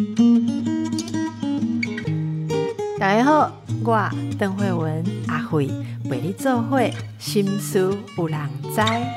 大家好，我邓惠文阿惠陪你做会心事有人知。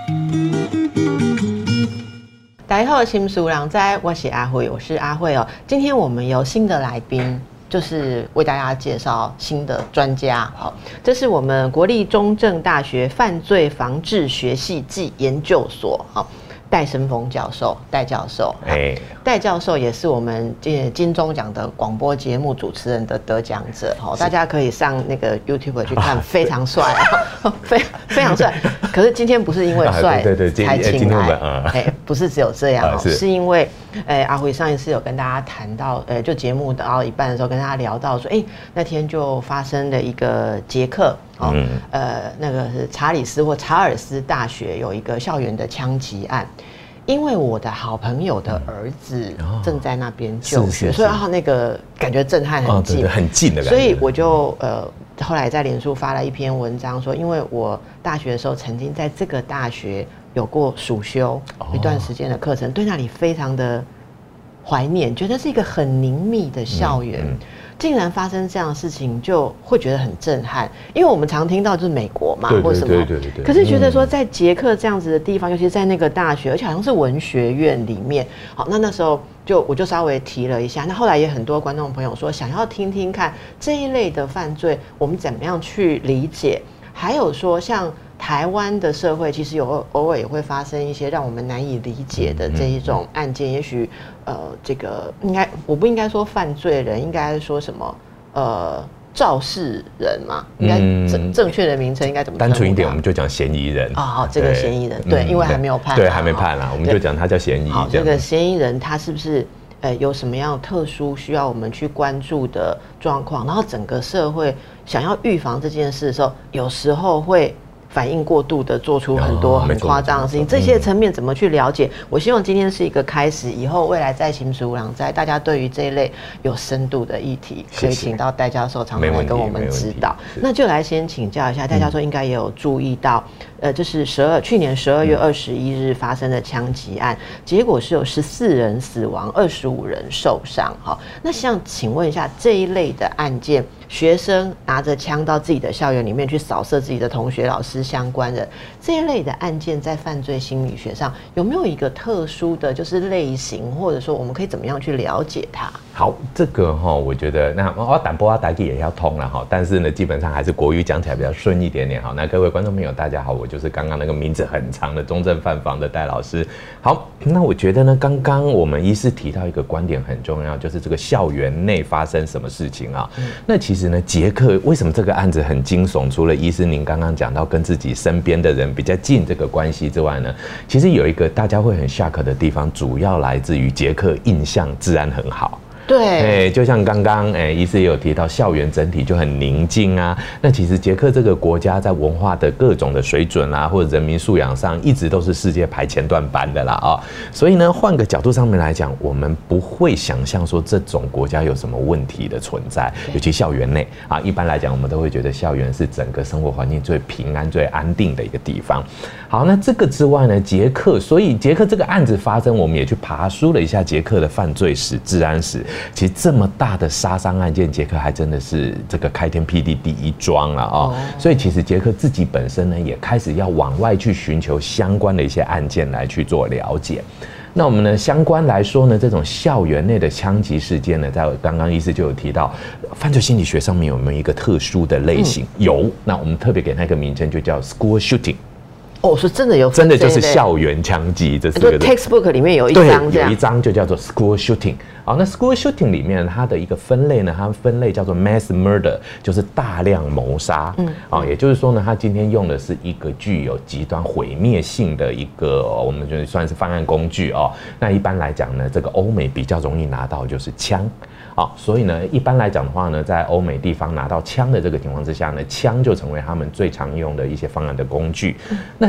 大家好，心事有人知，我是阿惠，我是阿惠哦。今天我们有新的来宾，就是为大家介绍新的专家。好，这是我们国立中正大学犯罪防治学系暨研究所。好。戴生峰教授，戴教授，戴教授也是我们金钟奖的广播节目主持人的得奖者，大家可以上那个 YouTube 去看，非常帅，非常帅。可是今天不是因为帅才请来，不是只有这样，是因为阿辉上一次有跟大家谈到，就节目到一半的时候跟大家聊到说，那天就发生了一个捷克。那个是查理斯或查尔斯大学有一个校园的枪击案，因为我的好朋友的儿子正在那边就学，所以那个感觉震撼很近， 对，很近的感觉。 所以我就后来在脸书发了一篇文章说，因为我大学的时候曾经在这个大学有过暑修一段时间的课程，对那里非常的怀念，觉得是一个很凝密的校园。竟然发生这样的事情，就会觉得很震撼，因为我们常听到就是美国嘛，或什么，对。可是觉得说在捷克这样子的地方，尤其是在那个大学，而且好像是文学院里面，好，那时候我就稍微提了一下。那后来也很多观众朋友说，想要听听看这一类的犯罪，我们怎么样去理解，还有说像台湾的社会其实偶尔也会发生一些让我们难以理解的这一种案件，也许这个我不应该说犯罪人，应该说什么肇事人嘛，应该正确的名称应该怎么？ 单纯一点，我们就讲嫌疑人。 好，这个嫌疑人，对，因为还没有判， 对，还没判啦，我们就讲他叫嫌疑。 好，这个嫌疑人他是不是有什么样特殊需要我们去关注的状况？然后整个社会想要预防这件事的时候，有时候会反应过度的做出很多很夸张的事情，这些层面怎么去了解？我希望今天是一个开始，以后未来在行事无浪在，大家对于这一类有深度的议题，可以请到戴教授常常来跟我们指导。那就来先请教一下，戴教授应该也有注意到，这是去年12月21日发生的枪击案，结果是有14人死亡，25人受伤。好，那想请问一下，这一类的案件，学生拿着枪到自己的校园里面去扫射自己的同学、老师相关人，这一类的案件在犯罪心理学上有没有一个特殊的就是类型，或者说我们可以怎么样去了解它？ 好，这个我觉得那我淡薄台语也要通了哈，但是呢，基本上还是国语讲起来比较顺一点点。好，那各位观众朋友，大家好，我就是刚刚那个名字很长的中正犯防的戴老师。好，那我觉得呢，刚刚我们医师提到一个观点很重要，就是这个校园内发生什么事情啊？那其实呢，捷克为什么这个案子很惊悚？除了医师您刚刚讲到跟自己身边的人比较近这个关系之外呢，其实有一个大家会很 shock 的地方，主要来自于捷克印象治安很好。对，就像刚刚医师也有提到，校园整体就很宁静啊。那其实捷克这个国家在文化的各种的水准啊，或者人民素养上，一直都是世界排前段班的啦所以呢，换个角度上面来讲，我们不会想象说这种国家有什么问题的存在，尤其校园内啊。一般来讲，我们都会觉得校园是整个生活环境最平安、最安定的一个地方。好，那这个之外呢，所以捷克这个案子发生，我们也去爬梳了一下捷克的犯罪史、治安史。其实这么大的杀伤案件，捷克还真的是这个开天辟地第一桩了所以其实捷克自己本身呢，也开始要往外去寻求相关的一些案件来去做了解。那我们呢，相关来说呢，这种校园内的枪击事件呢，在刚刚医师就有提到，犯罪心理学上面有没有一个特殊的类型？有，那我们特别给那个名称就叫 school shooting。 是真的有， 真的就是校园枪击，这是个 textbook 里面有一章， 对，有一章就叫做 school shooting。好，那 school shooting 里面它的一个分类呢，它分类叫做 mass murder， 就是大量谋杀。也就是说呢，它今天用的是一个具有极端毁灭性的一个，我们就算是犯案工具那一般来讲呢，这个欧美比较容易拿到就是枪。所以呢，一般来讲的话呢，在欧美地方拿到枪的这个情况之下呢，枪就成为他们最常用的一些犯案的工具。那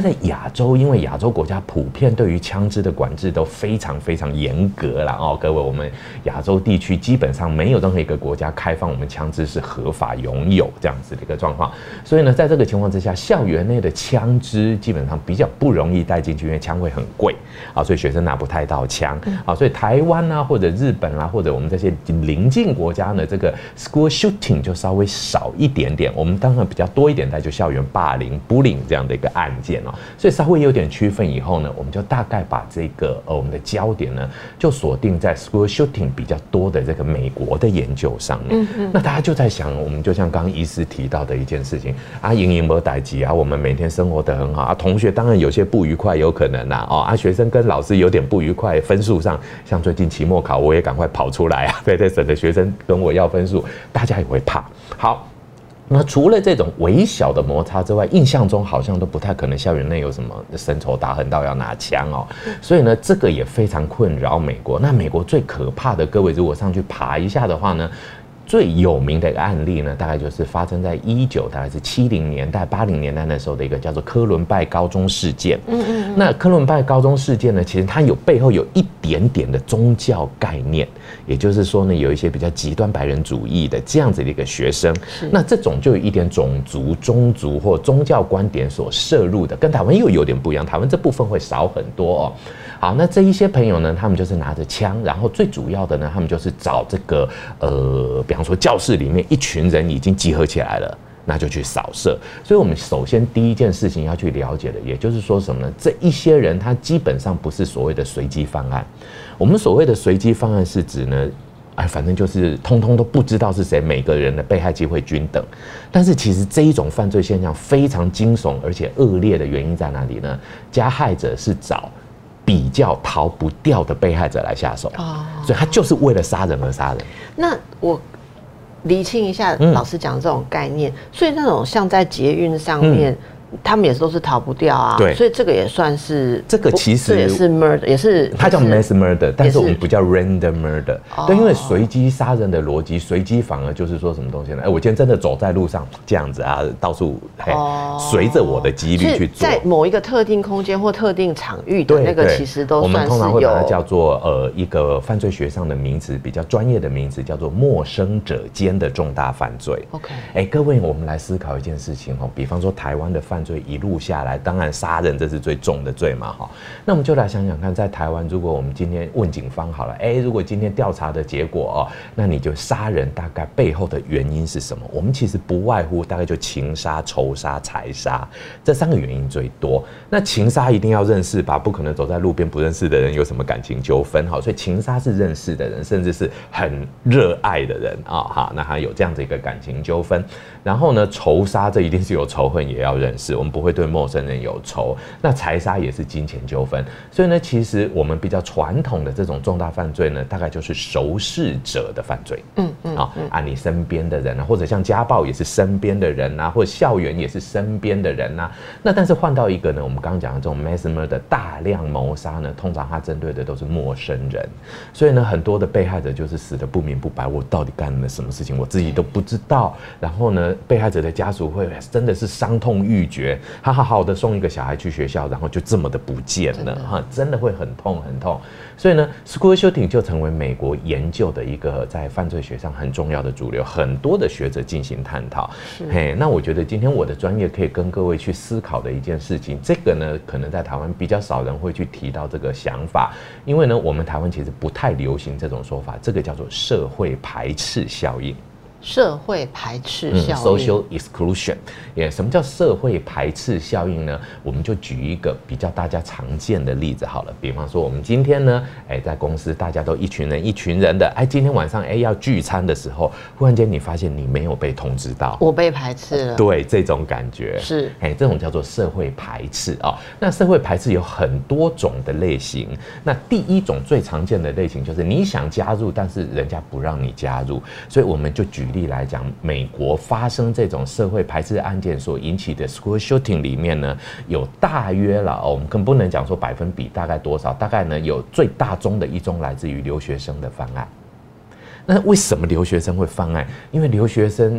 在亚洲，因为亚洲国家普遍对于枪支的管制都非常非常严格啦哦，各位，我们亚洲地区基本上没有任何一个国家开放我们枪支是合法拥有这样子的一个状况，所以呢，在这个情况之下，校园内的枪支基本上比较不容易带进去，因为枪会很贵啊，所以学生拿不太到枪啊，所以台湾啊，或者日本啊，或者我们这些邻近国家呢，这个 school shooting 就稍微少一点点，我们当然比较多一点在就校园霸凌 bullying 这样的一个案件哦，所以稍微有点区分以后呢，我们就大概把这个我们的焦点呢，就锁定在 school shooting 比较多的这个美国的研究上面。那大家就在想，我们就像刚刚医师提到的一件事情啊，营营没代志啊，我们每天生活得很好啊，同学当然有些不愉快有可能啦哦啊，学生跟老师有点不愉快，分数上像最近期末考，我也赶快跑出来啊，对对，省得学生跟我要分数，大家也会怕。好。那除了这种微小的摩擦之外，印象中好像都不太可能校园内有什么深仇大恨到要拿枪哦，所以呢，这个也非常困扰美国。那美国最可怕的，各位如果上去爬一下的话呢，最有名的一个案例呢，大概就是发生在大概是70年代、80年代那时候的一个叫做科伦拜高中事件。那科伦拜高中事件呢，其实它背后有一点点的宗教概念，也就是说呢，有一些比较极端白人主义的这样子的一个学生，那这种就有一点种族、宗族或宗教观点所摄入的，跟台湾又有点不一样。台湾这部分会少很多哦。好，那这一些朋友呢，他们就是拿着枪，然后最主要的呢，他们就是找这个比方说教室里面一群人已经集合起来了。那就去扫射，所以我们首先第一件事情要去了解的，也就是说什么呢？这一些人他基本上不是所谓的随机犯案。我们所谓的随机犯案是指呢，反正就是通通都不知道是谁，每个人的被害机会均等。但是其实这一种犯罪现象非常惊悚而且恶劣的原因在哪里呢？加害者是找比较逃不掉的被害者来下手，所以他就是为了杀人而杀人。 那我厘清一下老师讲的这种概念，所以那种像在捷运上面，他们也是都是逃不掉啊，对，所以这个也算是这个其实也是 murder， 也是它叫 mass murder， 但是我们不叫 random murder， 对，因为随机杀人的逻辑，随机反而就是说什么东西呢？我今天真的走在路上这样子啊，到处随着我的几率去做， 在某一个特定空间或特定场域的那个，其实都算是有。 我们通常会把它叫做一个犯罪学上的名词，比较专业的名词叫做陌生者间的重大犯罪。OK， 各位，我们来思考一件事情哦，比方说台湾的犯罪一路下来，当然杀人这是最重的罪嘛，哈。那我们就来想想看，在台湾，如果我们今天问警方好了，如果今天调查的结果哦，那你就杀人大概背后的原因是什么？我们其实不外乎大概就情杀、仇杀、财杀这3个原因最多。那情杀一定要认识吧，不可能走在路边不认识的人有什么感情纠纷，好，所以情杀是认识的人，甚至是很热爱的人啊，哈，那他有这样子一个感情纠纷。然后呢，仇杀这一定是有仇恨也要认识，我们不会对陌生人有仇。那财杀也是金钱纠纷，所以呢，其实我们比较传统的这种重大犯罪呢，大概就是熟识者的犯罪。你身边的人啊，或者像家暴也是身边的人啊，或者校园也是身边的人啊。那但是换到一个呢，我们刚刚讲的这种 mass murder 的大量谋杀呢，通常它针对的都是陌生人，所以呢，很多的被害者就是死得不明不白，我到底干了什么事情，我自己都不知道。然后呢，被害者的家属会真的是伤痛欲绝，他好好的送一个小孩去学校，然后就这么的不见了，哈，真的会很痛很痛。所以呢 ，school shooting 就成为美国研究的一个在犯罪学上很重要的主流，很多的学者进行探讨。那我觉得今天我的专业可以跟各位去思考的一件事情，这个呢，可能在台湾比较少人会去提到这个想法，因为呢，我们台湾其实不太流行这种说法，这个叫做社会排斥效应。 社会排斥效应 social exclusion， 什么叫社会排斥效应呢？我们就举一个比较大家常见的例子好了，比方说我们今天呢，在公司大家都一群人的，今天晚上要聚餐的时候，忽然间你发现你没有被通知到， 我被排斥了， 对，这种感觉是， 这种叫做社会排斥啊。那社会排斥有很多种的类型，那第一种最常见的类型就是你想加入，但是人家不让你加入，所以我们就举例来讲，美国发生这种社会排斥案件所引起的 school shooting 里面呢，有大约了我们更不能讲说百分比大概多少，大概呢有最大宗的一宗来自于留学生的犯案。那为什么留学生会犯案？因为留学生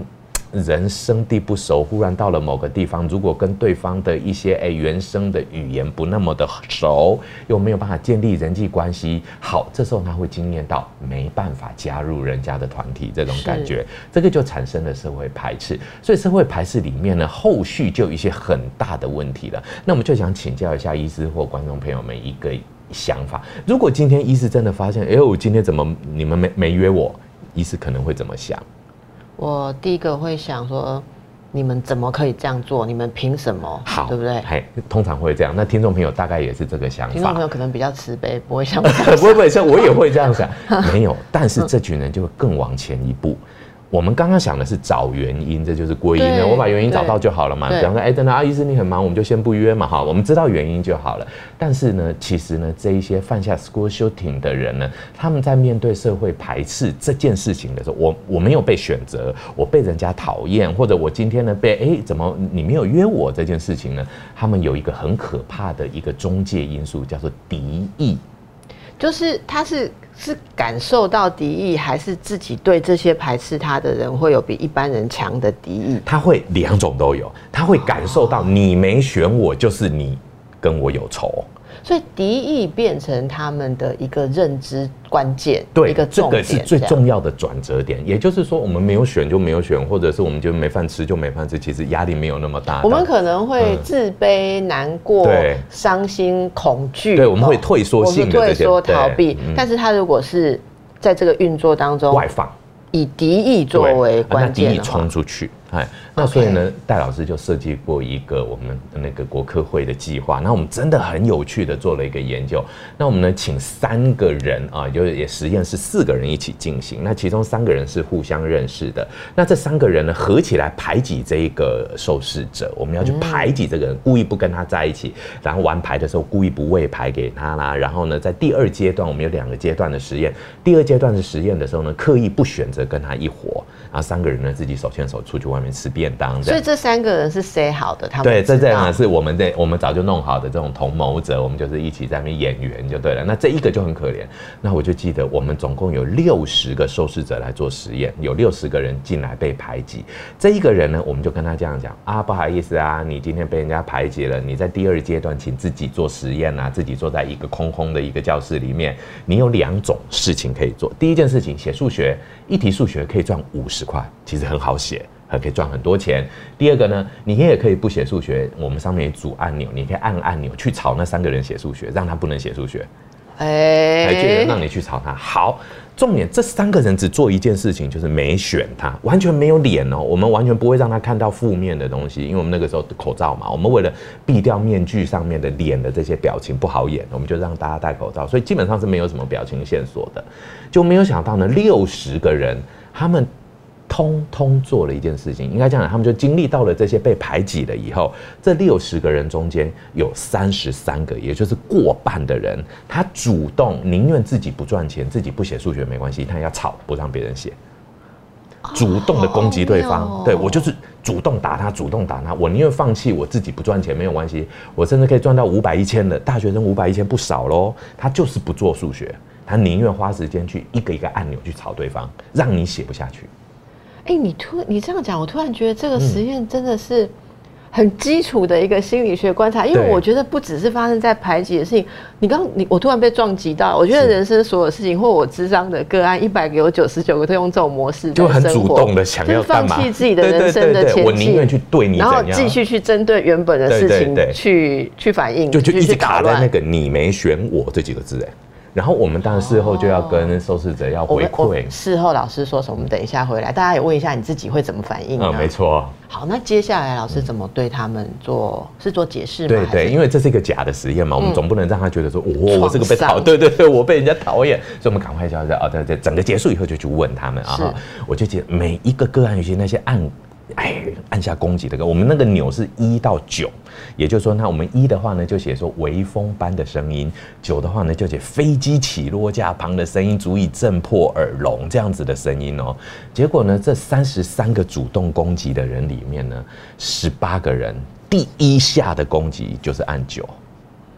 人生地不熟，忽然到了某个地方，如果跟对方的一些原生的语言不那么的熟，又没有办法建立人际关系，好，这时候他会经验到没办法加入人家的团体这种感觉，这个就产生了社会排斥。所以社会排斥里面呢，后续就有一些很大的问题了。那我们就想请教一下医师或观众朋友们一个想法：如果今天医师真的发现，我今天怎么你们没约我，医师可能会怎么想？ 我第一个会想说，你们怎么可以这样做？你们凭什么？好，对不对？ 通常会这样。那听众朋友大概也是这个想法。 听众朋友可能比较慈悲，不会像不会像我也会这样想。没有，但是这群人就会更往前一步。我们刚刚想的是找原因，这就是归因了。我把原因找到就好了嘛。比方说，真的医师你很忙，我们就先不约嘛，哈，我们知道原因就好了。但是呢，其实呢，这一些犯下 school shooting 的人呢，他们在面对社会排斥这件事情的时候，我没有被选择，我被人家讨厌，或者我今天呢被怎么你没有约我这件事情呢？他们有一个很可怕的一个中介因素，叫做敌意， 就是他是感受到敌意，还是自己对这些排斥他的人会有比一般人强的敌意？ 他会两种都有，他会感受到你没选我，就是你跟我有仇。 所以敌意变成他们的一个认知关键， 对， 一个重点， 这个是最重要的转折点。也就是说，我们没有选就没有选，或者是我们就没饭吃就没饭吃，其实压力没有那么大。 我们可能会自卑、难过、伤心、恐惧， 对，我们会退缩性的这些， 退缩逃避。但是他如果是在这个运作当中外放， 以敌意作为关键， 那敌意冲出去。那所以呢，戴老师就设计过一个我们那个国科会的计划。那我们真的很有趣的做了一个研究。那我们呢，请3个人啊，就是也实验是4个人一起进行。那其中3个人是互相认识的。那这3个人呢，合起来排挤这一个受试者。我们要去排挤这个人，故意不跟他在一起，然后玩牌的时候故意不喂牌给他啦。然后呢，在第2阶段，我们有2个阶段的实验。第2阶段的实验的时候呢，刻意不选择跟他一伙，然后3个人呢自己手牵手出去外面吃便当。 所以这3个人是 say 好的，他们对，这呢是我们早就弄好的这种同谋者，我们就是一起在那边演员就对了。那这一个就很可怜。那我就记得我们总共有60个受试者来做实验，有60个人进来被排挤。这一个人呢，我们就跟他这样讲啊，不好意思啊，你今天被人家排挤了，你在第2阶段请自己做实验啊，自己坐在一个空的一个教室里面，你有2种事情可以做。第一件事情，写数学，一题数学可以赚50块，其实很好写。可以赚很多钱。第2个呢，你也可以不写数学，我们上面有组按钮，你可以按按钮去吵那3个人写数学，让他不能写数学，让你去吵他。好，重点这3个人只做一件事情，就是没选他，完全没有脸哦。我们完全不会让他看到负面的东西，因为我们那个时候口罩嘛，我们为了避掉面具上面的脸的这些表情不好演，我们就让大家戴口罩，所以基本上是没有什么表情线索的。就没有想到呢，60个人他们通通做了一件事情，应该这样讲，他们就经历到了这些被排挤了以后，这60个人中间有33个，也就是过半的人，他主动宁愿自己不赚钱，自己不写数学没关系，他要吵不让别人写，主动的攻击对方。对，我就是主动打他，我宁愿放弃我自己不赚钱没有关系，我甚至可以赚到500、1000的，大学生500、1000不少咯。他就是不做数学，他宁愿花时间去一个一个按钮去吵对方，让你写不下去。 你这样讲，我突然觉得这个实验真的是很基础的一个心理学观察，因为我觉得不只是发生在排挤的事情。我突然被撞击到，我觉得人生所有事情，或我諮商的个案100个有99个都用这种模式在生活， 就很主动的想要干嘛， 放弃自己的人生的前进， 我宁愿去对你怎样， 然后继续去针对原本的事情去反应， 就一直卡在那个你没选我这几个字然后我们当然事后就要跟受试者要回馈。 事后老师说什么？我们等一下回来，大家也问一下你自己会怎么反应呢？ 没错。 好，那接下来老师怎么对他们做解释吗？ 对，因为这是一个假的实验嘛，我们总不能让他觉得说，我是个被讨，对，我被人家讨厌，所以我们赶快就要对，整个结束以后就去问他们啊。我就记得每一个个案，尤其那些按下攻击的歌，我们那个钮是1到9，也就是说，那我们1的话呢，就写说微风般的声音；9的话呢，就写飞机起落架旁的声音足以震破耳聋这样子的声音哦。结果呢，这33个主动攻击的人里面呢，18个人第1下的攻击就是按9。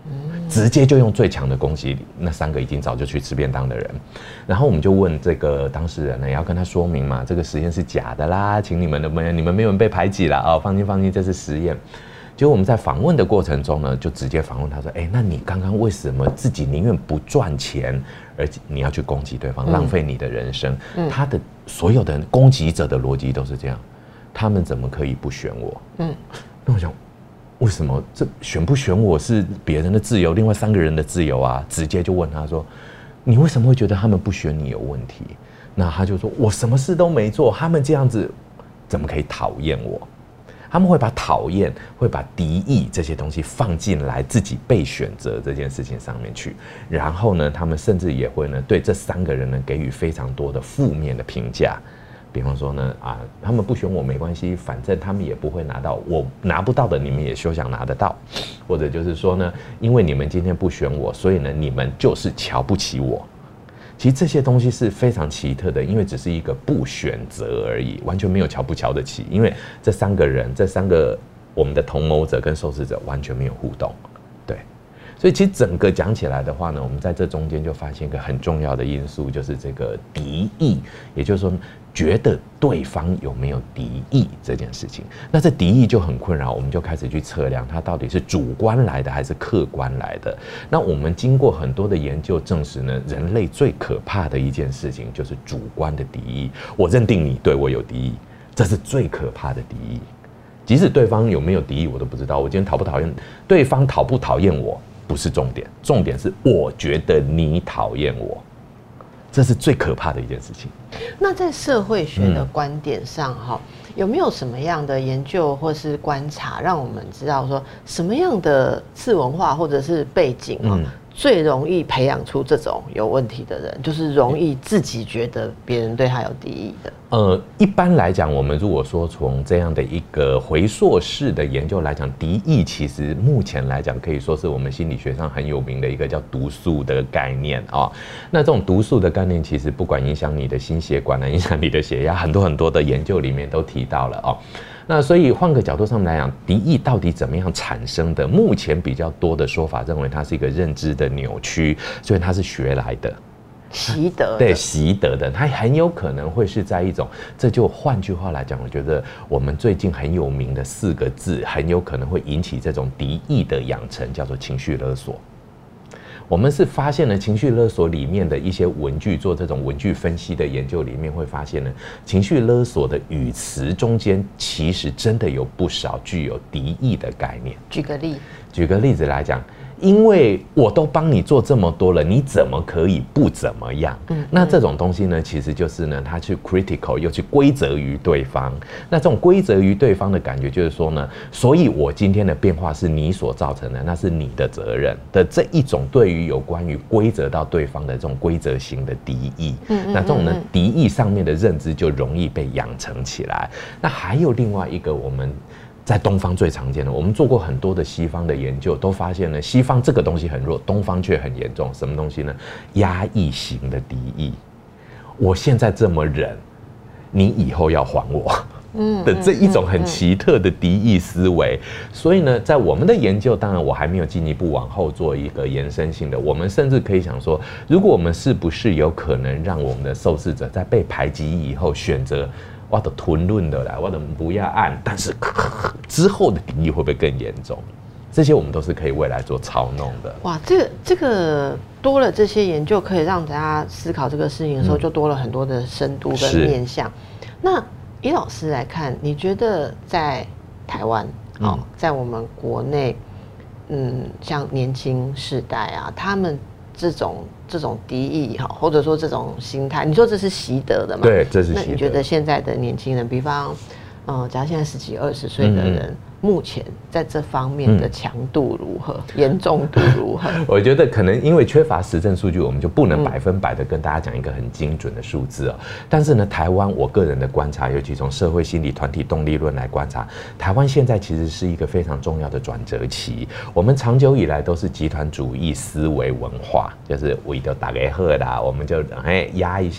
直接就用最强的攻击，那3个已经早就去吃便当的人，然后我们就问这个当事人呢，也要跟他说明嘛，这个实验是假的啦，请你们没有人被排挤啦，哦，放心，这是实验。结果我们在访问的过程中呢，就直接访问他说：“那你刚刚为什么自己宁愿不赚钱，而你要去攻击对方，浪费你的人生？”他的所有的攻击者的逻辑都是这样，他们怎么可以不选我？那我想，为什么这选不选我是别人的自由，另外3个人的自由啊？直接就问他说：“你为什么会觉得他们不选你有问题？”那他就说：“我什么事都没做，他们这样子怎么可以讨厌我？”他们会把讨厌、会把敌意这些东西放进来自己被选择这件事情上面去，然后呢，他们甚至也会呢对这3个人呢给予非常多的负面的评价，比方说呢他们不选我没关系，反正他们也不会拿到，我拿不到的你们也休想拿得到，或者就是说呢，因为你们今天不选我，所以呢你们就是瞧不起我。其实这些东西是非常奇特的，因为只是一个不选择而已，完全没有瞧不瞧得起。因为这3个人，这3个我们的同谋者跟受试者完全没有互动，对。所以其实整个讲起来的话呢，我们在这中间就发现一个很重要的因素，就是这个敌意，也就是说，觉得对方有没有敌意这件事情。那这敌意就很困扰，我们就开始去测量它到底是主观来的还是客观来的。那我们经过很多的研究证实呢，人类最可怕的一件事情就是主观的敌意。我认定你对我有敌意，这是最可怕的敌意。即使对方有没有敌意我都不知道，我今天讨不讨厌对方，讨不讨厌我不是重点，重点是我觉得你讨厌我，这是最可怕的一件事情。 那在社会学的观点上有没有什么样的研究或是观察，让我们知道说什么样的次文化或者是背景最容易培养出这种有问题的人，就是容易自己觉得别人对他有敌意的？ 一般来讲，我们如果说从这样的一个回溯式的研究来讲，敌意其实目前来讲可以说是我们心理学上很有名的一个叫毒素的概念啊。那这种毒素的概念，其实不管影响你的心血管影响你的血压，很多的研究里面都提到了哦。那所以换个角度上面来讲，敌意到底怎么样产生的？目前比较多的说法认为它是一个认知的扭曲，所以它是学来的。 习得的， 对，习得的，它很有可能会是在一种，这就换句话来讲，我觉得我们最近很有名的4个字，很有可能会引起这种敌意的养成，叫做情绪勒索。我们是发现了情绪勒索里面的一些文句，做这种文句分析的研究里面会发现呢，情绪勒索的语词中间其实真的有不少具有敌意的概念。举个例子来讲，因为我都帮你做这么多了，你怎么可以不怎么样？那这种东西呢，其实就是呢，他去 critical 又去归责于对方。那这种归责于对方的感觉，就是说呢，所以我今天的变化是你所造成的，那是你的责任的这一种对于有关于归责到对方的这种归责型的敌意。那这种呢，敌意上面的认知就容易被养成起来。那还有另外一个我们在东方最常见的，我们做过很多的西方的研究，都发现呢，西方这个东西很弱，东方却很严重。什么东西呢？压抑型的敌意。我现在这么忍，你以后要还我的这一种很奇特的敌意思维。所以呢，在我们的研究，当然我还没有进一步往后做一个延伸性的，我们甚至可以想说，如果我们是不是有可能让我们的受试者在被排挤以后选择我的吞论的啦，我的不要按，但是之后的敌意会不会更严重？这些我们都是可以未来做操弄的。 哇，这个多了这些研究，可以让大家思考这个事情的时候，就多了很多的深度跟面向。那以老师来看，你觉得在台湾在我们国内，像年轻世代啊，他们这种敌意或者说这种心态，你说这是习得的吗？ 对，这是习得的。 那你觉得现在的年轻人，比方，假如现在10几20岁的人，目前在这方面的强度如何，严重度如何？ 我觉得可能因为缺乏实证数据，我们就不能100%的跟大家讲一个很精准的数字哦。但是呢，台湾我个人的观察，尤其从社会心理团体动力论来观察，台湾现在其实是一个非常重要的转折期。我们长久以来都是集团主义思维文化，就是为了大家好啦，我们就压一下。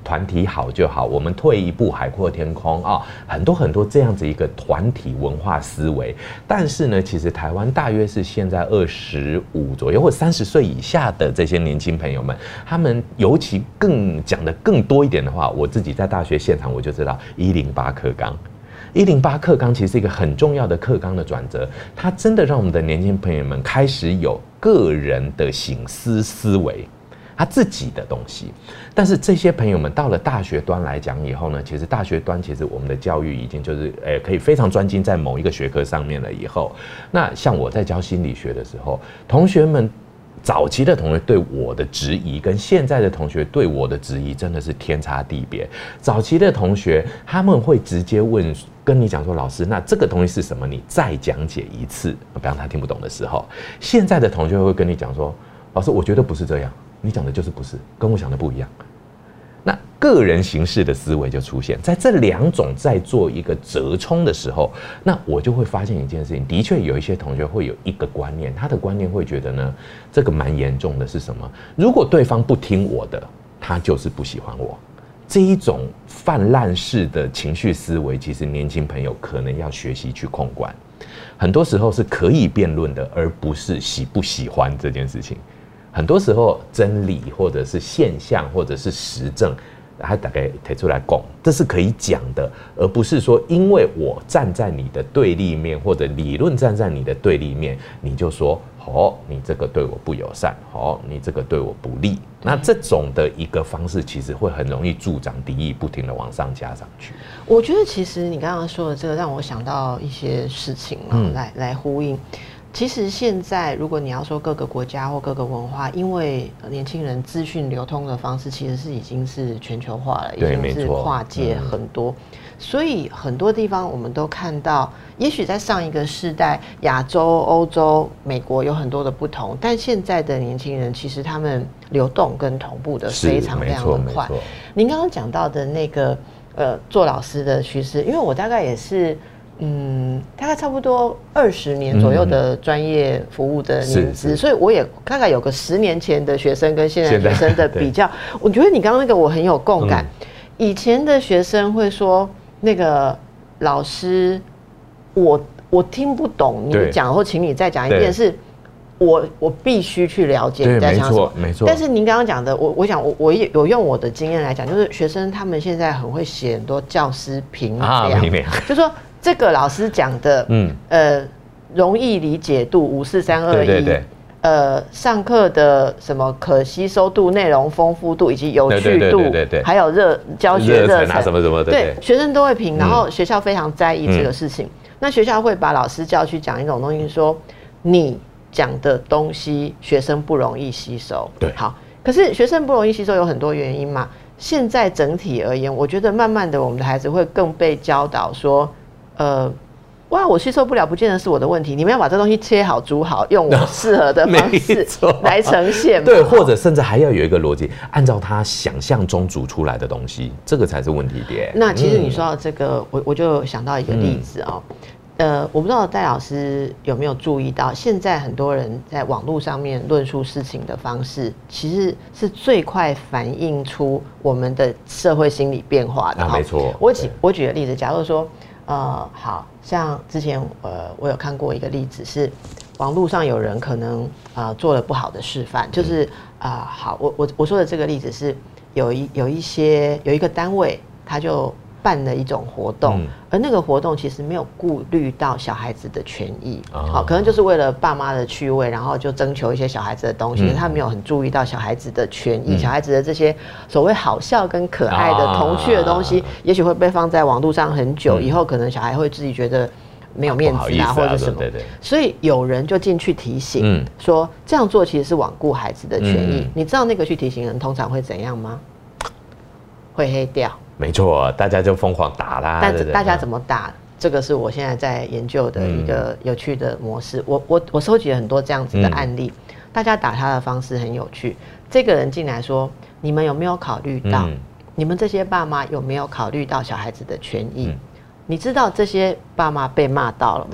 团体好就好，我们退一步海阔天空啊，很多很多这样子一个团体文化思维。但是呢，其实台湾大约是现在25左右或30岁以下的这些年轻朋友们，他们尤其更讲的更多一点的话，我自己在大学现场我就知道108课纲。108课纲其实是一个很重要的课纲的转折，它真的让我们的年轻朋友们开始有个人的省思思维，他自己的东西。但是这些朋友们到了大学端来讲以后呢，其实大学端其实我们的教育已经就是可以非常专精在某一个学科上面了以后，那像我在教心理学的时候，同学们早期的同学对我的质疑跟现在的同学对我的质疑真的是天差地别。早期的同学他们会直接跟你讲说，老师，那这个东西是什么？你再讲解一次。比方他听不懂的时候，现在的同学会跟你讲说，老师，我觉得不是这样，你讲的就是不是，跟我想的不一样。那个人形式的思维就出现在这两种在做一个折冲的时候，那我就会发现一件事情，的确有一些同学会有一个观念，他的观念会觉得呢，这个蛮严重的是什么？如果对方不听我的，他就是不喜欢我。这一种泛滥式的情绪思维，其实年轻朋友可能要学习去控管。很多时候是可以辩论的，而不是喜不喜欢这件事情。很多时候真理或者是现象或者是实证，还大概提出来讲，这是可以讲的，而不是说因为我站在你的对立面或者理论站在你的对立面，你就说你这个对我不友善，你这个对我不利。那这种的一个方式，其实会很容易助长敌意，不停的往上加上去。 我觉得其实你刚刚说的这个，让我想到一些事情来呼应。其实现在，如果你要说各个国家或各个文化，因为年轻人资讯流通的方式其实已经是全球化了，已经是跨界很多，所以很多地方我们都看到，也许在上一个世代，亚洲、欧洲、美国有很多的不同，但现在的年轻人其实他们流动跟同步的非常非常的快。您刚刚讲到的那个做老师的趋势，因为我大概也是。大概差不多20年左右的专业服务的年资，所以我也大概有个10年前的学生跟现在学生的比较。我觉得你刚刚那个我很有共感。以前的学生会说，那个老师，我听不懂你讲，或请你再讲一遍，是我必须去了解你在讲什么。 没错。 但是您刚刚讲的，我想我也有用我的经验来讲，就是学生他们现在很会写很多教师评量，就说。这个老师讲的，容易理解度54321，上课的什么可吸收度、内容丰富度以及有趣度，还有教学热忱什么什么的， 对，学生都会评，然后学校非常在意这个事情。那学校会把老师叫去讲一种东西，说你讲的东西学生不容易吸收。 对， 好，可是学生不容易吸收有很多原因嘛。现在整体而言，我觉得慢慢的我们的孩子会更被教导说。我吸收不了，不见得是我的问题。你们要把这东西切好、煮好，用我适合的方式来呈现嘛。 对，或者甚至还要有一个逻辑，按照他想象中煮出来的东西，这个才是问题点。 那其实你说到这个，我就想到一个例子我不知道戴老师有没有注意到，现在很多人在网络上面论述事情的方式，其实是最快反映出我们的社会心理变化的。 没错。 我举个例子，假如说。好像之前我有看过一个例子是，网络上有人可能做了不好的示范，就是好，我说的这个例子是有一个单位，他就办了一种活动，而那个活动其实没有顾虑到小孩子的权益，好，可能就是为了爸妈的趣味，然后就征求一些小孩子的东西，他没有很注意到小孩子的权益，小孩子的这些所谓好笑跟可爱的童趣的东西，也许会被放在网络上很久，以后可能小孩会自己觉得没有面子或者什么，所以有人就进去提醒，说这样做其实是罔顾孩子的权益。你知道那个去提醒人通常会怎样吗？会黑掉。没错，大家就疯狂打啦。 但大家怎么打？这个是我现在在研究的一个有趣的模式。我收集了很多这样子的案例，大家打他的方式很有趣。这个人进来说：“你们有没有考虑到，你们这些爸妈有没有考虑到小孩子的权益？你知道这些爸妈被骂到了吗？ 对，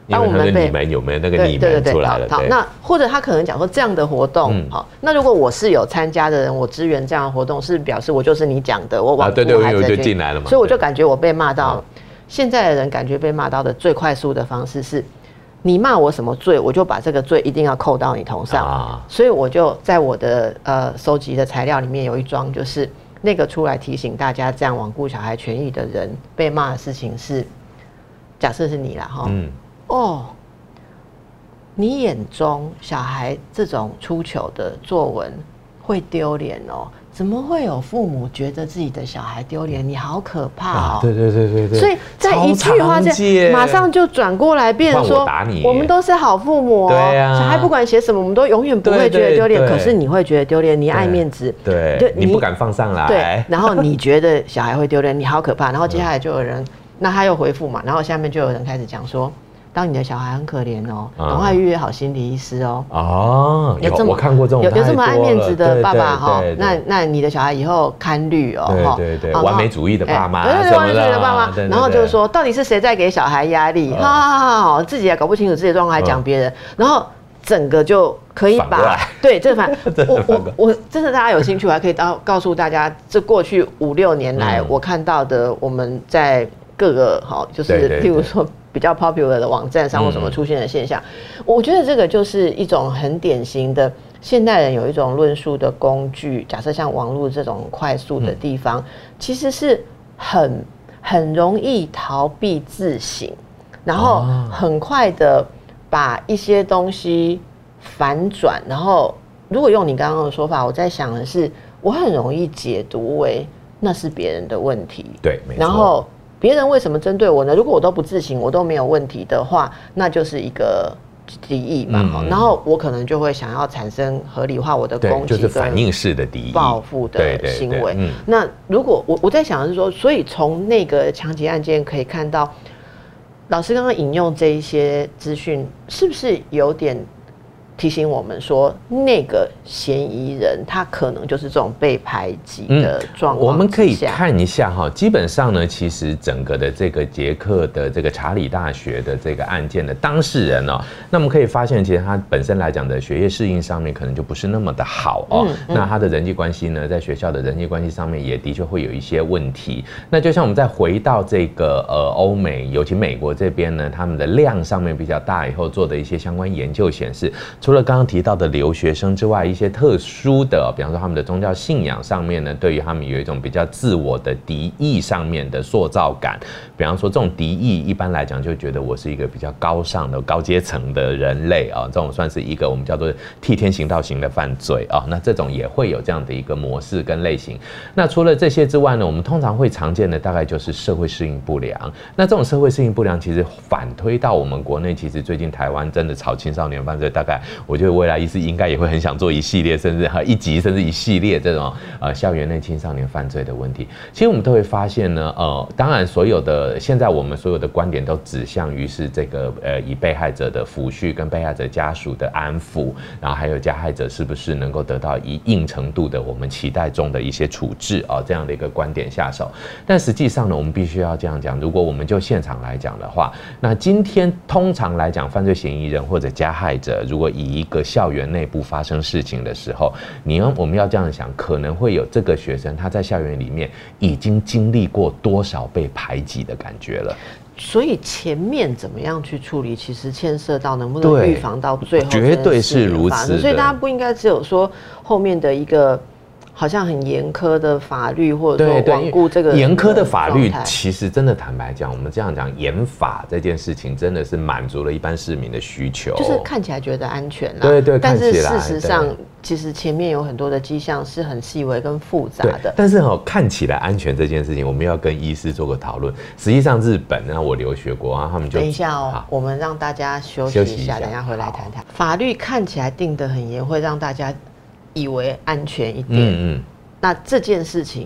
当我们被你们有没有那个你们出来了？ 好，那或者他可能讲说这样的活动，好，那如果我是有参加的人，我支援这样的活动，是表示我就是你讲的，我往对，我就进来了嘛， 所以我就感觉我被骂到。现在的人感觉被骂到的最快速的方式是，你骂我什么罪，我就把这个罪一定要扣到你头上。所以我就在我的收集的材料里面有一桩，就是那个出来提醒大家这样罔顾小孩权益的人被骂的事情是，假设是你啦哈，你眼中小孩这种出糗的作文会丢脸哦？怎么会有父母觉得自己的小孩丢脸？你好可怕哦！ 对。 所以在一句话下，马上就转过来变成说，我们都是好父母哦。对啊，小孩不管写什么，我们都永远不会觉得丢脸。可是你会觉得丢脸，你爱面子， 对，你不敢放上来。 对，然后你觉得小孩会丢脸，你好可怕。然后接下来就有人，那他又回复嘛，然后下面就有人开始讲说，当你的小孩很可怜哦，赶快预约好心理医师哦。 我看过这种有这么爱面子的爸爸哈，那你的小孩以后堪虑哦。 对，完美主义的爸妈， 对，完美主义的爸妈。然后就是说，到底是谁在给小孩压力？好，自己也搞不清楚自己的状况，还讲别人，然后整个就可以把对这反我真的大家有兴趣，我还可以告诉大家，这过去5、6年来我看到的，我们在各个就是譬如说。比较 popular 的网站上或什么出现的现象，我觉得这个就是一种很典型的现代人有一种论述的工具。假设像网络这种快速的地方，其实是很容易逃避自省，然后很快的把一些东西反转。然后如果用你刚刚的说法，我在想的是，我很容易解读为那是别人的问题。 对，没错。 然后别人为什么针对我呢？如果我都不自省，我都没有问题的话，那就是一个敌意嘛。然后我可能就会想要产生合理化我的攻击， 就是反应式的敌意、 报复的行为。那如果我在想的是说，所以从那个枪击案件可以看到，老师刚刚引用这一些资讯，是不是有点提醒我们说，那个嫌疑人他可能就是这种被排挤的状况。 我们可以看一下哈，基本上呢，其实整个的这个捷克的这个查理大学的这个案件的当事人哦，那我们可以发现，其实他本身来讲的学业适应上面可能就不是那么的好哦。那他的人际关系呢，在学校的人际关系上面也的确会有一些问题。那就像我们再回到这个欧美，尤其美国这边呢，他们的量上面比较大以后做的一些相关研究显示。除了刚刚提到的留学生之外，一些特殊的，比方说他们的宗教信仰上面呢，对于他们有一种比较自我的敌意上面的塑造感。比方说这种敌意，一般来讲就觉得我是一个比较高尚的高阶层的人类啊，这种算是一个我们叫做替天行道型的犯罪啊。那这种也会有这样的一个模式跟类型。那除了这些之外呢，我们通常会常见的大概就是社会适应不良。那这种社会适应不良，其实反推到我们国内，其实最近台湾真的炒青少年犯罪，大概我觉得未来医师应该也会很想做一系列，甚至一集，甚至一系列这种校园内青少年犯罪的问题。其实我们都会发现呢，当然所有的现在我们所有的观点都指向于是这个以被害者的抚恤跟被害者家属的安抚，然后还有加害者是不是能够得到一定程度的我们期待中的一些处置这样的一个观点下手。但实际上呢，我们必须要这样讲，如果我们就现场来讲的话，那今天通常来讲，犯罪嫌疑人或者加害者，如果以一个校园内部发生事情的时候，我们要这样想，可能会有这个学生他在校园里面已经经历过多少被排挤的感觉了。 所以前面怎么样去处理，其实牵涉到能不能预防到最后， 绝对是如此的。 所以大家不应该只有说后面的一个好像很严苛的法律，或者说罔顾这个严苛的法律，其实真的坦白讲，我们这样讲严法这件事情，真的是满足了一般市民的需求， 就是看起来觉得安全啦。 对， 但是事实上，其实前面有很多的迹象是很细微跟复杂的。 但是看起来安全这件事情，我们要跟医师做个讨论。实际上，日本呢，我留学过他们就等一下我们让大家休息一下，等一下回来谈谈。法律看起来定得很严，会让大家以为安全一点。那这件事情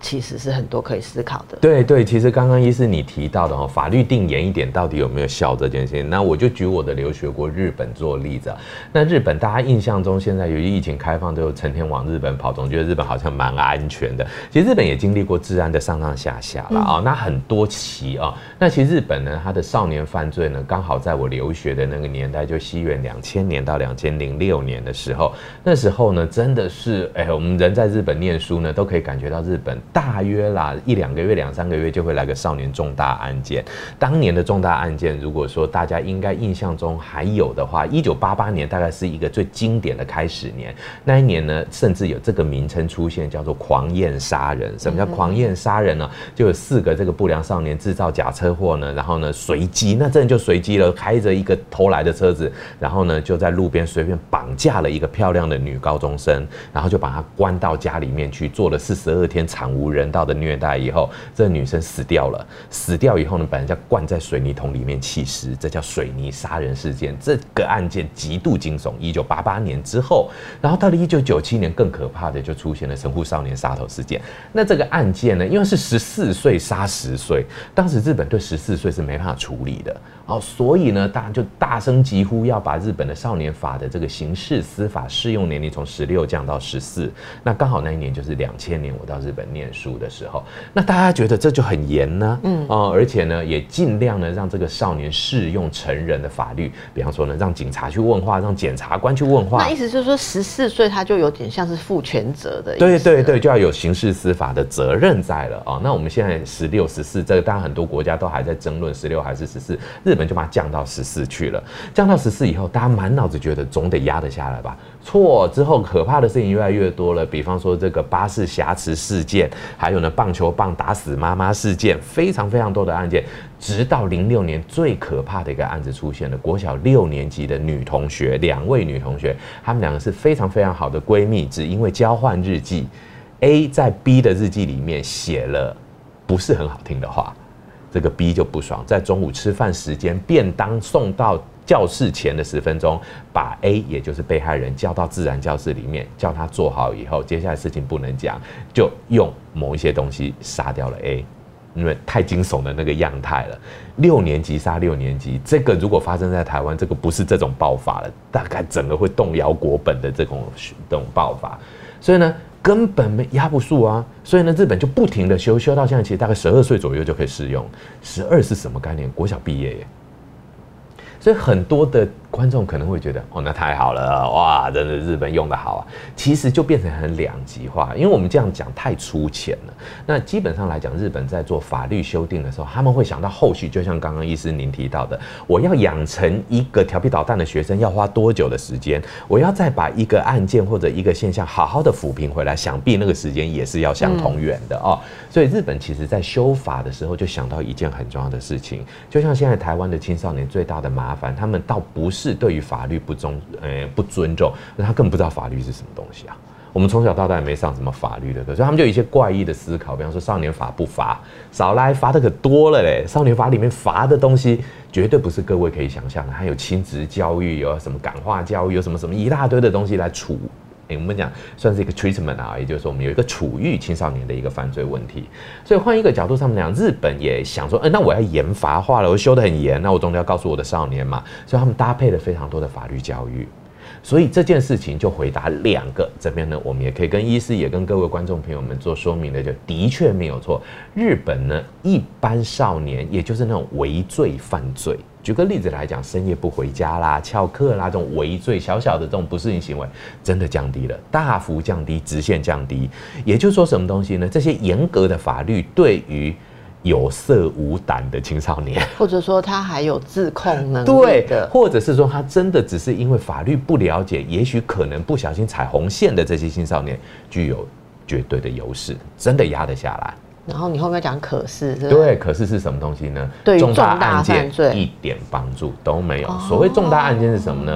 其实是很多可以思考的。 对对，其实刚刚医师你提到的法律定严一点到底有没有效这件事情，那我就举我的留学国日本做例子。那日本大家印象中现在由于疫情开放，就成天往日本跑，总觉得日本好像蛮安全的。其实日本也经历过治安的上上下下了那很多期那其实日本呢，它的少年犯罪呢，刚好在我留学的那个年代，就西元2000年到2006年的时候，那时候呢，真的是我们人在日本念书呢，都可以感觉到日本大约啦1-2个月、2-3个月就会来个少年重大案件。当年的重大案件，如果说大家应该印象中还有的话，1988年大概是一个最经典的开始年。那一年呢，甚至有这个名称出现，叫做狂焰杀人。什么叫狂焰杀人呢？就有4个这个不良少年制造假车祸呢，然后呢随机，那真的就随机了，开着一个偷来的车子，然后呢就在路边随便绑架了一个漂亮的女高中生，然后就把她关到家里面去，做了42天惨无人道的虐待以后，这女生死掉了。死掉以后呢，把人家灌在水泥桶里面弃尸，这叫水泥杀人事件。这个案件极度惊悚。1988年之后，然后到了1997年，更可怕的就出现了神户少年杀头事件。那这个案件呢，因为是14岁杀10岁，当时日本对14岁是没办法处理的所以呢，大家就大声疾呼要把日本的少年法的这个刑事司法适用年龄从16降到14。那刚好那一年就是2000年，我到日本念书的时候，那大家觉得这就很严呢，而且呢，也尽量呢让这个少年适用成人的法律，比方说呢，让警察去问话，让检察官去问话。 那意思就是说，14岁他就有点像是负全责的意思。 对对对，就要有刑事司法的责任在了那我们现在16、14，这个当然很多国家都还在争论16还是14，日本就把它降到14去了。降到14以后，大家满脑子觉得总得压得下来吧？错，之后可怕的事情越来越多了，比方说这个巴士挟持事件，还有呢棒球棒打死妈妈事件，非常非常多的案件。直到06年最可怕的一个案子出现了，国小6年级的女同学，2位女同学，她们2个是非常非常好的闺蜜，只因为交换日记 ，A 在 B 的日记里面写了不是很好听的话，这个 B 就不爽，在中午吃饭时间，便当送到教室前的10分钟，把 A 也就是被害人叫到自然教室里面，叫他坐好以后，接下来事情不能讲，就用某一些东西杀掉了 A。因为太惊悚的那个样态了，6年级杀6年级，这个如果发生在台湾，这个不是这种爆发了，大概整个会动摇国本的这种爆发，所以呢，根本压不住啊，所以呢，日本就不停的修到现在，其实大概12岁左右就可以适用。12是什么概念？国小毕业耶。所以很多的观众可能会觉得，那太好了，哇，真的日本用得好啊。其实就变成很两极化，因为我们这样讲太粗浅了。那基本上来讲，日本在做法律修订的时候，他们会想到后续，就像刚刚医师您提到的，我要养成一个调皮捣蛋的学生要花多久的时间，我要再把一个案件或者一个现象好好的抚平回来，想必那个时间也是要相同远的所以日本其实在修法的时候就想到一件很重要的事情，就像现在台湾的青少年最大的麻烦，他们倒不是对于法律不尊重，他根本不知道法律是什么东西啊。我们从小到大也没上什么法律的课，所以他们就有一些怪异的思考，比方说少年法不罚，少来罚的可多了嘞。少年法里面罚的东西绝对不是各位可以想象的，还有亲职教育，有什么感化教育，有什么一大堆的东西来处。我们讲算是一个 treatment 也就是说我们有一个处遇青少年的一个犯罪问题。所以换一个角度上面讲，日本也想说，那我要严罚化了，我修得很严，那我总得要告诉我的少年嘛，所以他们搭配了非常多的法律教育。所以这件事情就回答2个，这边呢我们也可以跟医师也跟各位观众朋友们做说明的，就的确没有错。日本呢一般少年，也就是那种微罪犯罪，举个例子来讲，深夜不回家啦、翘课啦，这种微罪小小的这种不适应行为，真的降低了，大幅降低，直线降低。也就是说什么东西呢？这些严格的法律对于有色无胆的青少年， 或者说他还有自控能力对的， 或者是说他真的只是因为法律不了解，也许可能不小心踩红线的这些青少年，具有绝对的优势，真的压得下来。 然后你后面讲可是， 对，可是是什么东西呢？ 对于重大案件罪一点帮助都没有。所谓重大案件是什么呢？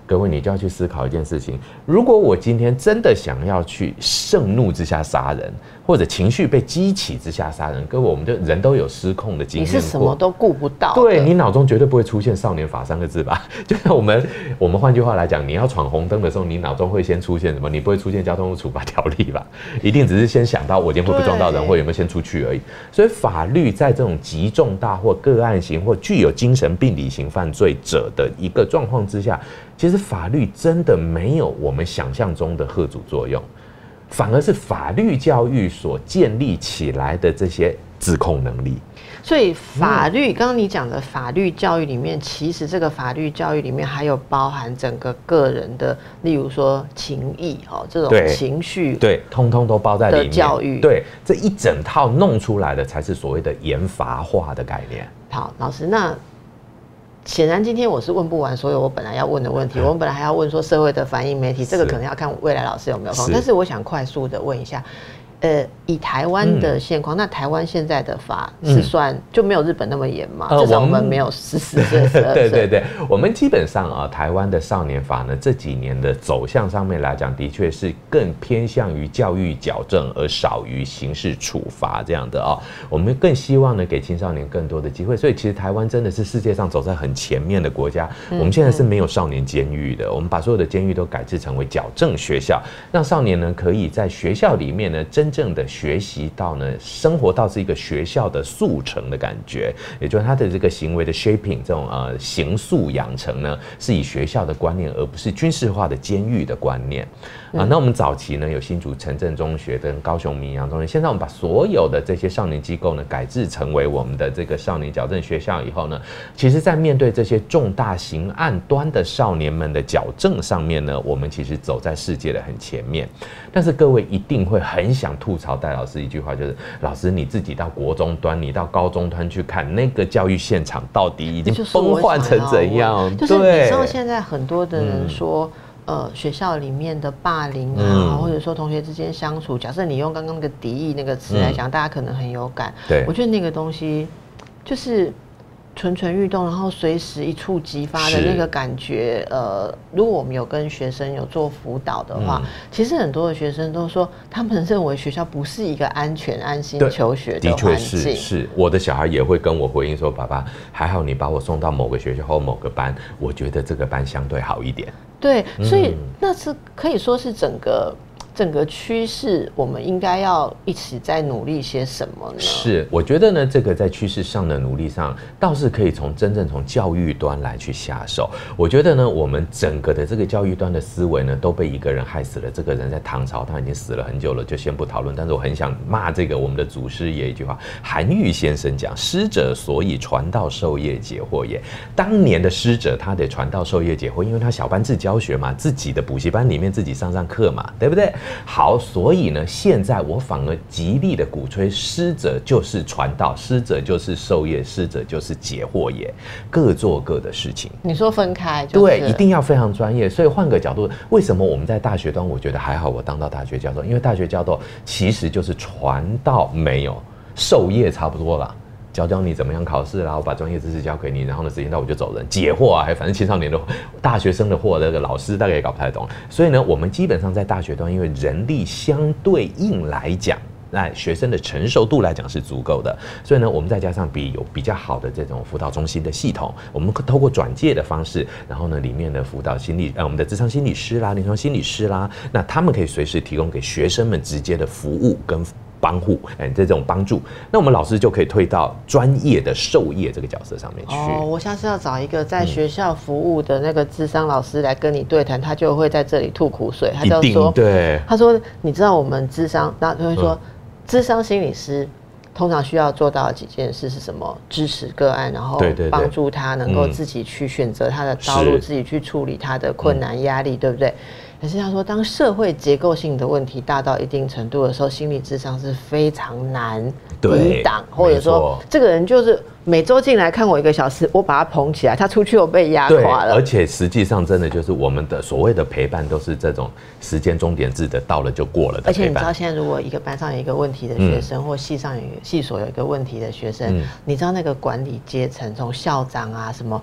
各位你就要去思考一件事情：如果我今天真的想要去盛怒之下杀人，或者情绪被激起之下杀人，各位我们人都有失控的经验过， 你是什么都顾不到， 对你脑中绝对不会出现少年法3个字吧？就像我们换句话来讲，你要闯红灯的时候，你脑中会先出现什么？你不会出现交通处罚条例吧？一定只是先想到我今天会不会撞到人，或有没有先出去而已。所以法律在这种极重大或个案型或具有精神病理型犯罪者的一个状况之下，其实法律真的没有我们想象中的吓阻作用，反而是法律教育所建立起来的这些自控能力。 所以法律，刚刚你讲的法律教育里面，其实这个法律教育里面还有包含整个个人的，例如说情义这种情绪， 对，通通都包在里面的教育。 对，这一整套弄出来的才是所谓的严罚化的概念。 好，老师，那显然今天我是问不完所有我本来要问的问题，我们本来还要问说社会的反应媒体，这个可能要看未来老师有没有空，但是我想快速的问一下。以台湾的现况，那台湾现在的法是算就没有日本那么严嘛？至少我们没有14岁、12岁。 对对对，我们基本上啊，台湾的少年法呢，这几年的走向上面来讲，的确是更偏向于教育矫正，而少于刑事处罚这样的啊。我们更希望呢，给青少年更多的机会。所以其实台湾真的是世界上走在很前面的国家。我们现在是没有少年监狱的，我们把所有的监狱都改制成为矫正学校，让少年呢可以在学校里面呢真正的学习到呢，生活到是一个学校的速成的感觉，也就是他的这个行为的 shaping 这种形塑养成呢，是以学校的观念，而不是军事化的监狱的观念啊。那我们早期呢有新竹城镇中学跟高雄明阳中学，现在我们把所有的这些少年机构呢改制成为我们的这个少年矫正学校以后呢，其实在面对这些重大刑案端的少年们的矫正上面呢，我们其实走在世界的很前面。但是各位一定会很想吐槽戴老师一句话，就是老师你自己到国中端，你到高中端去看那个教育现场到底已经崩坏成怎样？ 就是你知道现在很多的人说。学校里面的霸凌啊，或者说同学之间相处，假设你用刚刚那个敌意那个词来讲，大家可能很有感。对，我觉得那个东西就是蠢蠢欲动，然后随时一触即发的那个感觉。如果我们有跟学生有做辅导的话，其实很多的学生都说，他们认为学校不是一个安全、安心求学的环境。的确是，我的小孩也会跟我回应说：“爸爸，还好你把我送到某个学校或某个班，我觉得这个班相对好一点。” 对，所以那是可以说是整个趋势，我们应该要一起在努力些什么呢？ 是，我觉得呢，这个在趋势上的努力上，倒是可以真正从教育端来去下手。我觉得呢，我们整个的这个教育端的思维呢，都被一个人害死了。这个人在唐朝，他已经死了很久了，就先不讨论。但是我很想骂这个我们的祖师爷一句话，韩愈先生讲：“师者，所以传道授业解惑也。”当年的师者，他得传道授业解惑，因为他小班制教学嘛，自己的补习班里面自己上课嘛，对不对？好，所以呢，现在我反而极力的鼓吹，师者就是传道，师者就是授业，师者就是解惑也，各做各的事情。 你说分开， 对，一定要非常专业。所以换个角度，为什么我们在大学端，我觉得还好，我当到大学教授，因为大学教授其实就是传道，没有授业差不多啦。教你怎么样考试啦，我把专业知识教给你，然后呢，时间到我就走人。解惑啊，还反正青少年的大学生的惑，这个老师大概也搞不太懂。所以呢，我们基本上在大学端，因为人力相对应来讲，那学生的成熟度来讲是足够的，所以呢，我们再加上有比较好的这种辅导中心的系统，我们透过转介的方式，然后呢，里面的辅导我们的諮商心理师啦、临床心理师啦，那他们可以随时提供给学生们直接的服务跟帮护，这种帮助，那我们老师就可以退到专业的授业这个角色上面去。 我下次要找一个在学校服务的那个諮商老师来跟你对谈，他就会在这里吐苦水。他就说， 对， 他说，你知道我们諮商，然后他会说，諮商心理师通常需要做到的几件事是什么？支持个案，然后帮助他能够自己去选择他的道路，自己去处理他的困难压力，对不对？可是他说，当社会结构性的问题大到一定程度的时候，心理諮商是非常难抵挡，或者说这个人就是每周进来看我1个小时，我把他捧起来，他出去又被压垮了。 而且实际上真的就是我们的所谓的陪伴，都是这种时间钟点制的，到了就过了的陪伴。 而且你知道，现在如果一个班上有一个问题的学生，或系所有一个问题的学生，你知道那个管理阶层，从校长啊什么。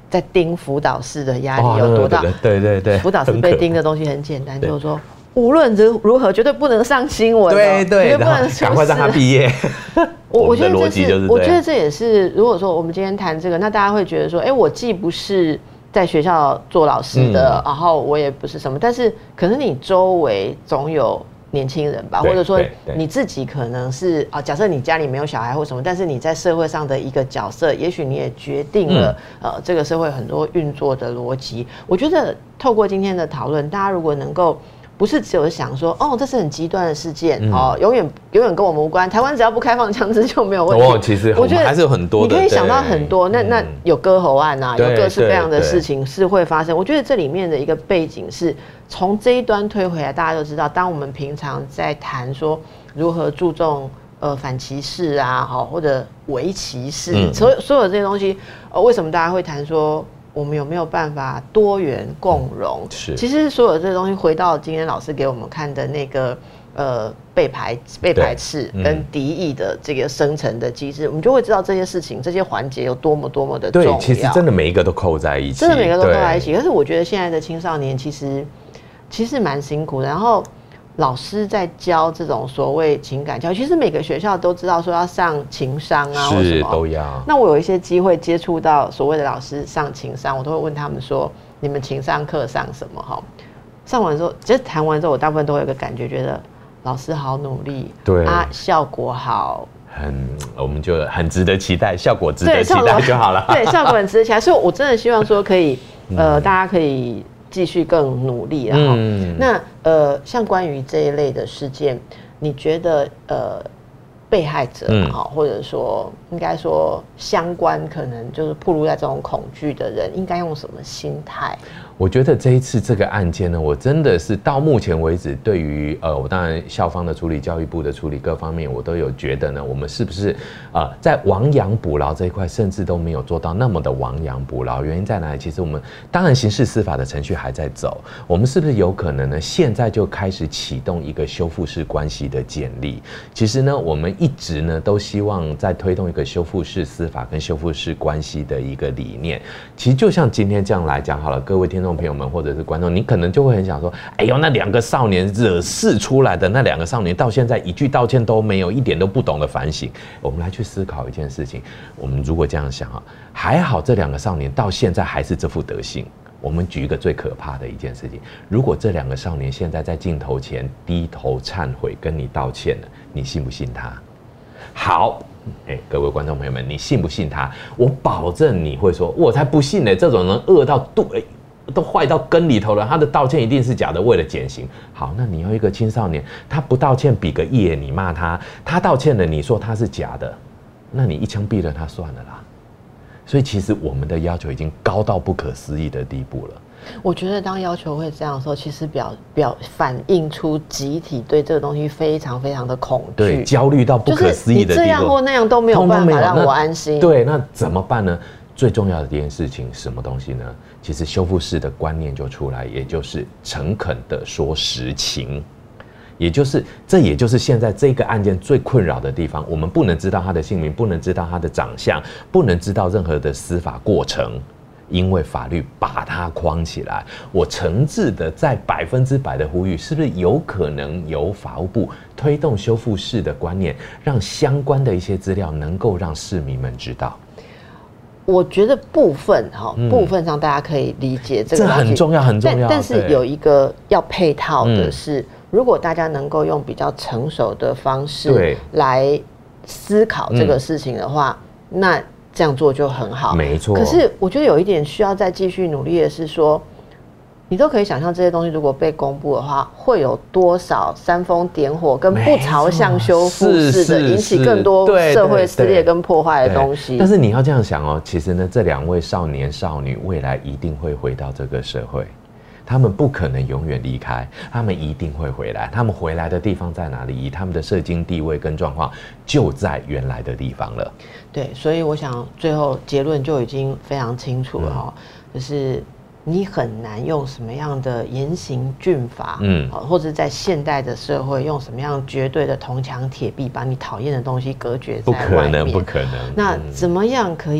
在盯辅导室的压力有多大？ 对， 辅导室被盯的东西很简单，就是说无论如何绝对不能上新闻， 对，然后赶快让他毕业。 我觉得我觉得这也是，如果说我们今天谈这个，那大家会觉得说，我既不是在学校做老师的，然后我也不是什么，但是可能你周围总有年轻人吧，或者说你自己可能是假设你家里没有小孩或什么，但是你在社会上的一个角色，也许你也决定了这个社会很多运作的逻辑。我觉得透过今天的讨论，大家如果能够不是只有想说这是很极端的事件永远跟我们无关，台湾只要不开放枪支就没有问题。 其实我觉得还是有很多的， 你可以想到很多。那有割喉案啊，有各式各样的事情是会发生。我觉得这里面的一个背景是从这一端推回来，大家都知道，当我们平常在谈说如何注重反歧视啊，或者微歧视，所有这些东西，为什么大家会谈说我们有没有办法多元共融？其实所有这些东西回到今天老师给我们看的那个被排斥跟敌意的这个生成的机制，我们就会知道这些事情、这些环节有多么的重要。 对，其实真的每一个都扣在一起， 真的每个都扣在一起。可是我觉得现在的青少年其实蛮辛苦的，然后老师在教这种所谓情感教育，其实每个学校都知道说要上情商啊，或什么都要。 那我有一些机会接触到所谓的老师上情商，我都会问他们说：你们情商课上什么？上完之后，其实谈完之后，我大部分都会有个感觉，觉得老师好努力， 对啊， 效果好。 我们就很值得期待，效果值得期待就好了。 对，效果很值得期待，所以我真的希望说可以，大家可以继续更努力。然后，那像关于这一类的事件，你觉得被害者或者说应该说相关可能就是暴露在这种恐惧的人，应该用什么心态？ 我觉得这一次这个案件呢，我真的是到目前为止，对于我当然校方的处理、教育部的处理各方面，我都有觉得呢，我们是不是在亡羊补牢这一块，甚至都没有做到那么的亡羊补牢？原因在哪里？其实我们当然刑事司法的程序还在走，我们是不是有可能呢？现在就开始启动一个修复式关系的建立？其实呢，我们一直呢都希望在推动一个修复式司法跟修复式关系的一个理念。其实就像今天这样来讲好了，各位听众朋友们或者是观众，你可能就会很想说，哎呦，那2个少年惹事出来的那2个少年，到现在一句道歉都没有，一点都不懂得反省。我们来去思考一件事情，我们如果这样想还好这2个少年到现在还是这副德行。我们举一个最可怕的一件事情，如果这2个少年现在在镜头前低头忏悔跟你道歉了，你信不信他？好，各位观众朋友们，你信不信他？我保证你会说，我才不信呢！这种人恶到都坏到根里头了，他的道歉一定是假的，为了减刑。好，那你要一个青少年，他不道歉比个耶，你骂他，他道歉了，你说他是假的，那你一枪毙了他算了啦。所以其实我们的要求已经高到不可思议的地步了。 我觉得当要求会这样的时候，其实反映出集体对这个东西非常非常的恐惧， 对，焦虑到不可思议的地步， 就是你这样或那样都没有办法让我安心。 对，那怎么办呢？最重要的一件事情是什么东西呢？其实修复式的观念就出来，也就是诚恳的说实情。这也就是现在这个案件最困扰的地方，我们不能知道他的姓名，不能知道他的长相，不能知道任何的司法过程，因为法律把它框起来。我诚挚的在100%的呼吁，是不是有可能由法务部推动修复式的观念，让相关的一些资料能够让市民们知道？ 我觉得部分上大家可以理解这个东西， 这很重要，很重要。 但是有一个要配套的是，如果大家能够用比较成熟的方式来思考这个事情的话，那这样做就很好。 没错。可是我觉得有一点需要再继续努力的是说，你都可以想象这些东西如果被公布的话，会有多少煽风点火跟不朝向修复式的，引起更多社会撕裂跟破坏的东西。 但是你要这样想其实呢，这2位少年少女未来一定会回到这个社会，他们不可能永远离开，他们一定会回来。他们回来的地方在哪里？以他们的社经地位跟状况，就在原来的地方了。 对，所以我想最后结论就已经非常清楚了就是你很难用什么样的严刑峻法，或者在现代的社会用什么样绝对的铜墙铁壁把你讨厌的东西隔绝在外面， 不可能。 那怎么样可以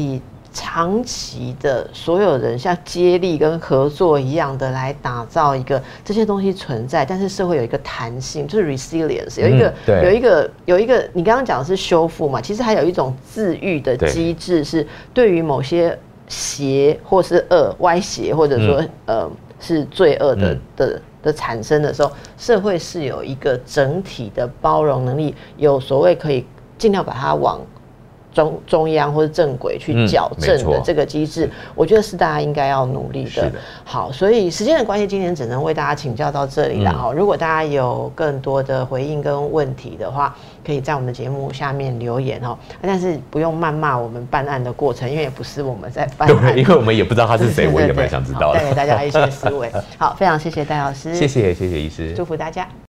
长期的所有人像接力跟合作一样的来打造一个这些东西存在，但是社会有一个弹性，就是 resilience， 有一个你刚刚讲的是修复嘛，其实还有一种自愈的机制，是对于某些邪或是恶、歪邪，或者说是罪恶的产生的时候，社会是有一个整体的包容能力，有所谓可以尽量把它往中央或者正轨去矫正的这个机制，我觉得是大家应该要努力的。好，所以时间的关系，今天只能为大家请教到这里了。如果大家有更多的回应跟问题的话，可以在我们的节目下面留言哦。但是不用谩骂我们办案的过程，因为也不是我们在办案， 因为我们也不知道他是谁，我也蛮想知道的。 带给大家一些思维。好，非常谢谢戴老师， 谢谢医师， 祝福大家。